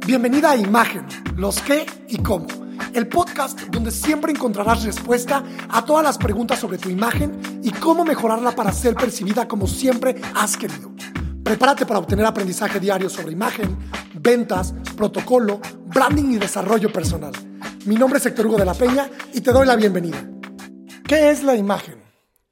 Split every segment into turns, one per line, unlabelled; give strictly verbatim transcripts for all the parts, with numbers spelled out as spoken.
Bienvenida a Imagen, los qué y cómo. El podcast donde siempre encontrarás respuesta a todas las preguntas sobre tu imagen y cómo mejorarla para ser percibida como siempre has querido. Prepárate para obtener aprendizaje diario sobre imagen, ventas, protocolo, branding y desarrollo personal. Mi nombre es Héctor Hugo de la Peña y te doy la bienvenida. ¿Qué es la imagen?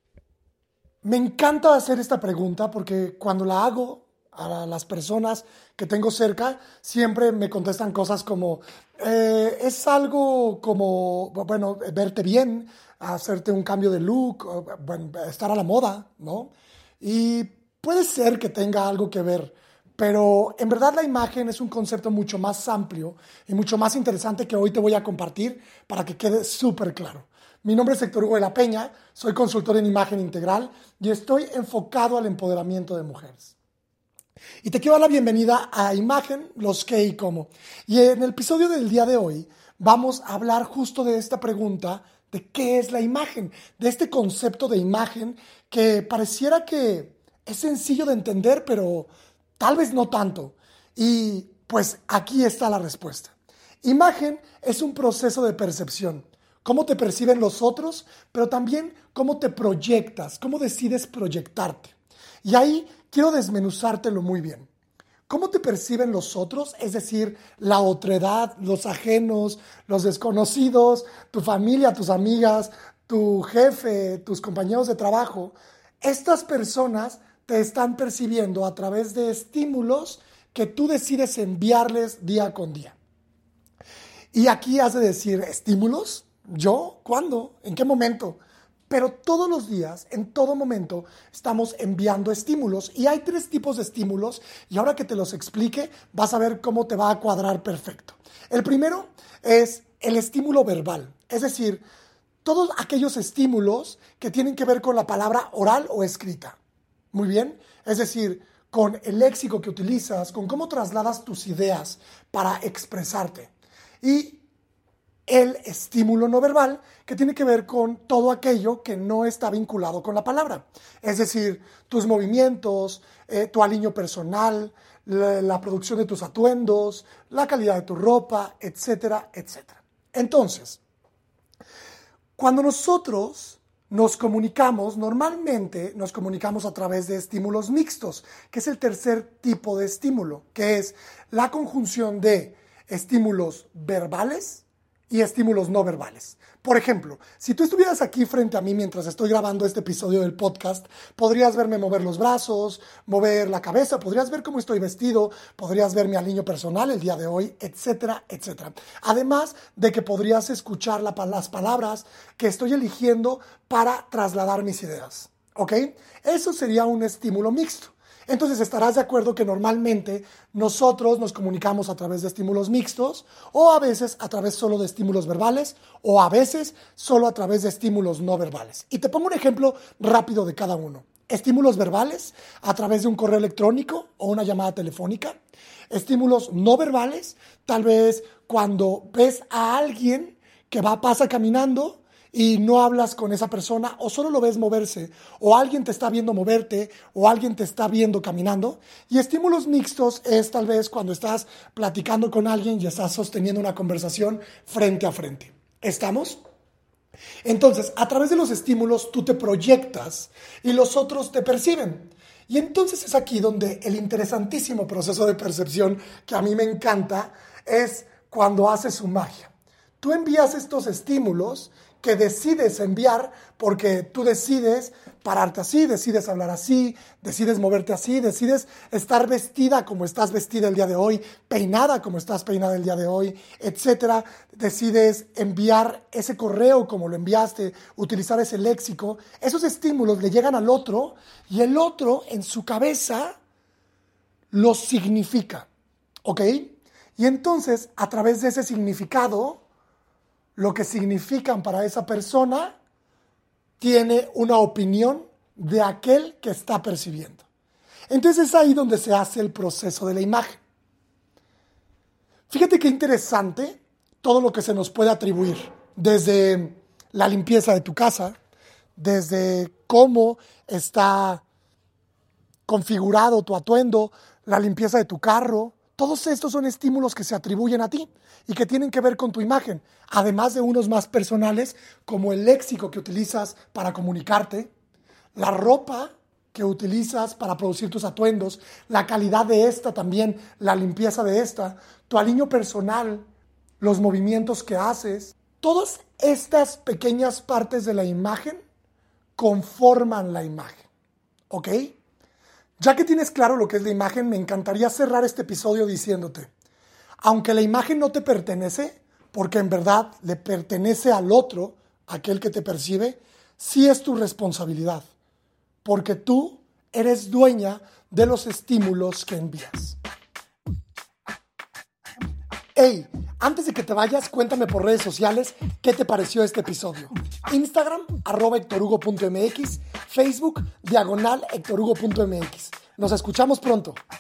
Me encanta hacer esta pregunta porque cuando la hago a las personas que tengo cerca, siempre me contestan cosas como, eh, es algo como, bueno, verte bien, hacerte un cambio de look, bueno, estar a la moda, ¿no? Y puede ser que tenga algo que ver, pero en verdad la imagen es un concepto mucho más amplio y mucho más interesante que hoy te voy a compartir para que quede súper claro. Mi nombre es Héctor Hugo de la Peña, soy consultor en imagen integral y estoy enfocado al empoderamiento de mujeres. Y te quiero dar la bienvenida a Imagen, los qué y cómo. Y en el episodio del día de hoy vamos a hablar justo de esta pregunta de qué es la imagen, de este concepto de imagen que pareciera que es sencillo de entender, pero tal vez no tanto. Y pues aquí está la respuesta. Imagen es un proceso de percepción. Cómo te perciben los otros, pero también cómo te proyectas, cómo decides proyectarte. Y ahí quiero desmenuzártelo muy bien. ¿Cómo te perciben los otros? Es decir, la otredad, los ajenos, los desconocidos, tu familia, tus amigas, tu jefe, tus compañeros de trabajo. Estas personas te están percibiendo a través de estímulos que tú decides enviarles día con día. Y aquí has de decir, ¿estímulos? ¿Yo? ¿Cuándo? ¿En qué momento? Pero todos los días, en todo momento, estamos enviando estímulos. Y hay tres tipos de estímulos. Y ahora que te los explique, vas a ver cómo te va a cuadrar perfecto. El primero es el estímulo verbal. Es decir, todos aquellos estímulos que tienen que ver con la palabra oral o escrita. Muy bien. Es decir, con el léxico que utilizas, con cómo trasladas tus ideas para expresarte. Y el estímulo no verbal, que tiene que ver con todo aquello que no está vinculado con la palabra. Es decir, tus movimientos, eh, tu aliño personal, la, la producción de tus atuendos, la calidad de tu ropa, etcétera, etcétera. Entonces, cuando nosotros nos comunicamos, normalmente nos comunicamos a través de estímulos mixtos, que es el tercer tipo de estímulo, que es la conjunción de estímulos verbales y estímulos no verbales. Por ejemplo, si tú estuvieras aquí frente a mí mientras estoy grabando este episodio del podcast, podrías verme mover los brazos, mover la cabeza, podrías ver cómo estoy vestido, podrías ver mi aliño personal el día de hoy, etcétera, etcétera. Además de que podrías escuchar la, las palabras que estoy eligiendo para trasladar mis ideas. ¿Ok? Eso sería un estímulo mixto. Entonces estarás de acuerdo que normalmente nosotros nos comunicamos a través de estímulos mixtos o a veces a través solo de estímulos verbales o a veces solo a través de estímulos no verbales. Y te pongo un ejemplo rápido de cada uno. Estímulos verbales a través de un correo electrónico o una llamada telefónica. Estímulos no verbales, tal vez cuando ves a alguien que va, pasa caminando y no hablas con esa persona o solo lo ves moverse o alguien te está viendo moverte o alguien te está viendo caminando. Y estímulos mixtos es tal vez cuando estás platicando con alguien y estás sosteniendo una conversación frente a frente. ¿Estamos? Entonces, a través de los estímulos tú te proyectas y los otros te perciben. Y entonces es aquí donde el interesantísimo proceso de percepción que a mí me encanta es cuando hace su magia. Tú envías estos estímulos que decides enviar porque tú decides pararte así, decides hablar así, decides moverte así, decides estar vestida como estás vestida el día de hoy, peinada como estás peinada el día de hoy, etcétera. Decides enviar ese correo como lo enviaste, utilizar ese léxico. Esos estímulos le llegan al otro y el otro en su cabeza los significa, ¿ok? Y entonces a través de ese significado, lo que significan para esa persona, tiene una opinión de aquel que está percibiendo. Entonces es ahí donde se hace el proceso de la imagen. Fíjate qué interesante todo lo que se nos puede atribuir, desde la limpieza de tu casa, desde cómo está configurado tu atuendo, la limpieza de tu carro, Todos estos son estímulos que se atribuyen a ti y que tienen que ver con tu imagen, además de unos más personales como el léxico que utilizas para comunicarte, la ropa que utilizas para producir tus atuendos, la calidad de esta también, la limpieza de esta, tu aliño personal, los movimientos que haces. Todas estas pequeñas partes de la imagen conforman la imagen, ¿ok? Ya que tienes claro lo que es la imagen, me encantaría cerrar este episodio diciéndote, aunque la imagen no te pertenece, porque en verdad le pertenece al otro, aquel que te percibe, sí es tu responsabilidad, porque tú eres dueña de los estímulos que envías. Hey, antes de que te vayas, cuéntame por redes sociales qué te pareció este episodio. Instagram, arroba hectorhugo.mx, Facebook, diagonal hectorhugo.mx. Nos escuchamos pronto.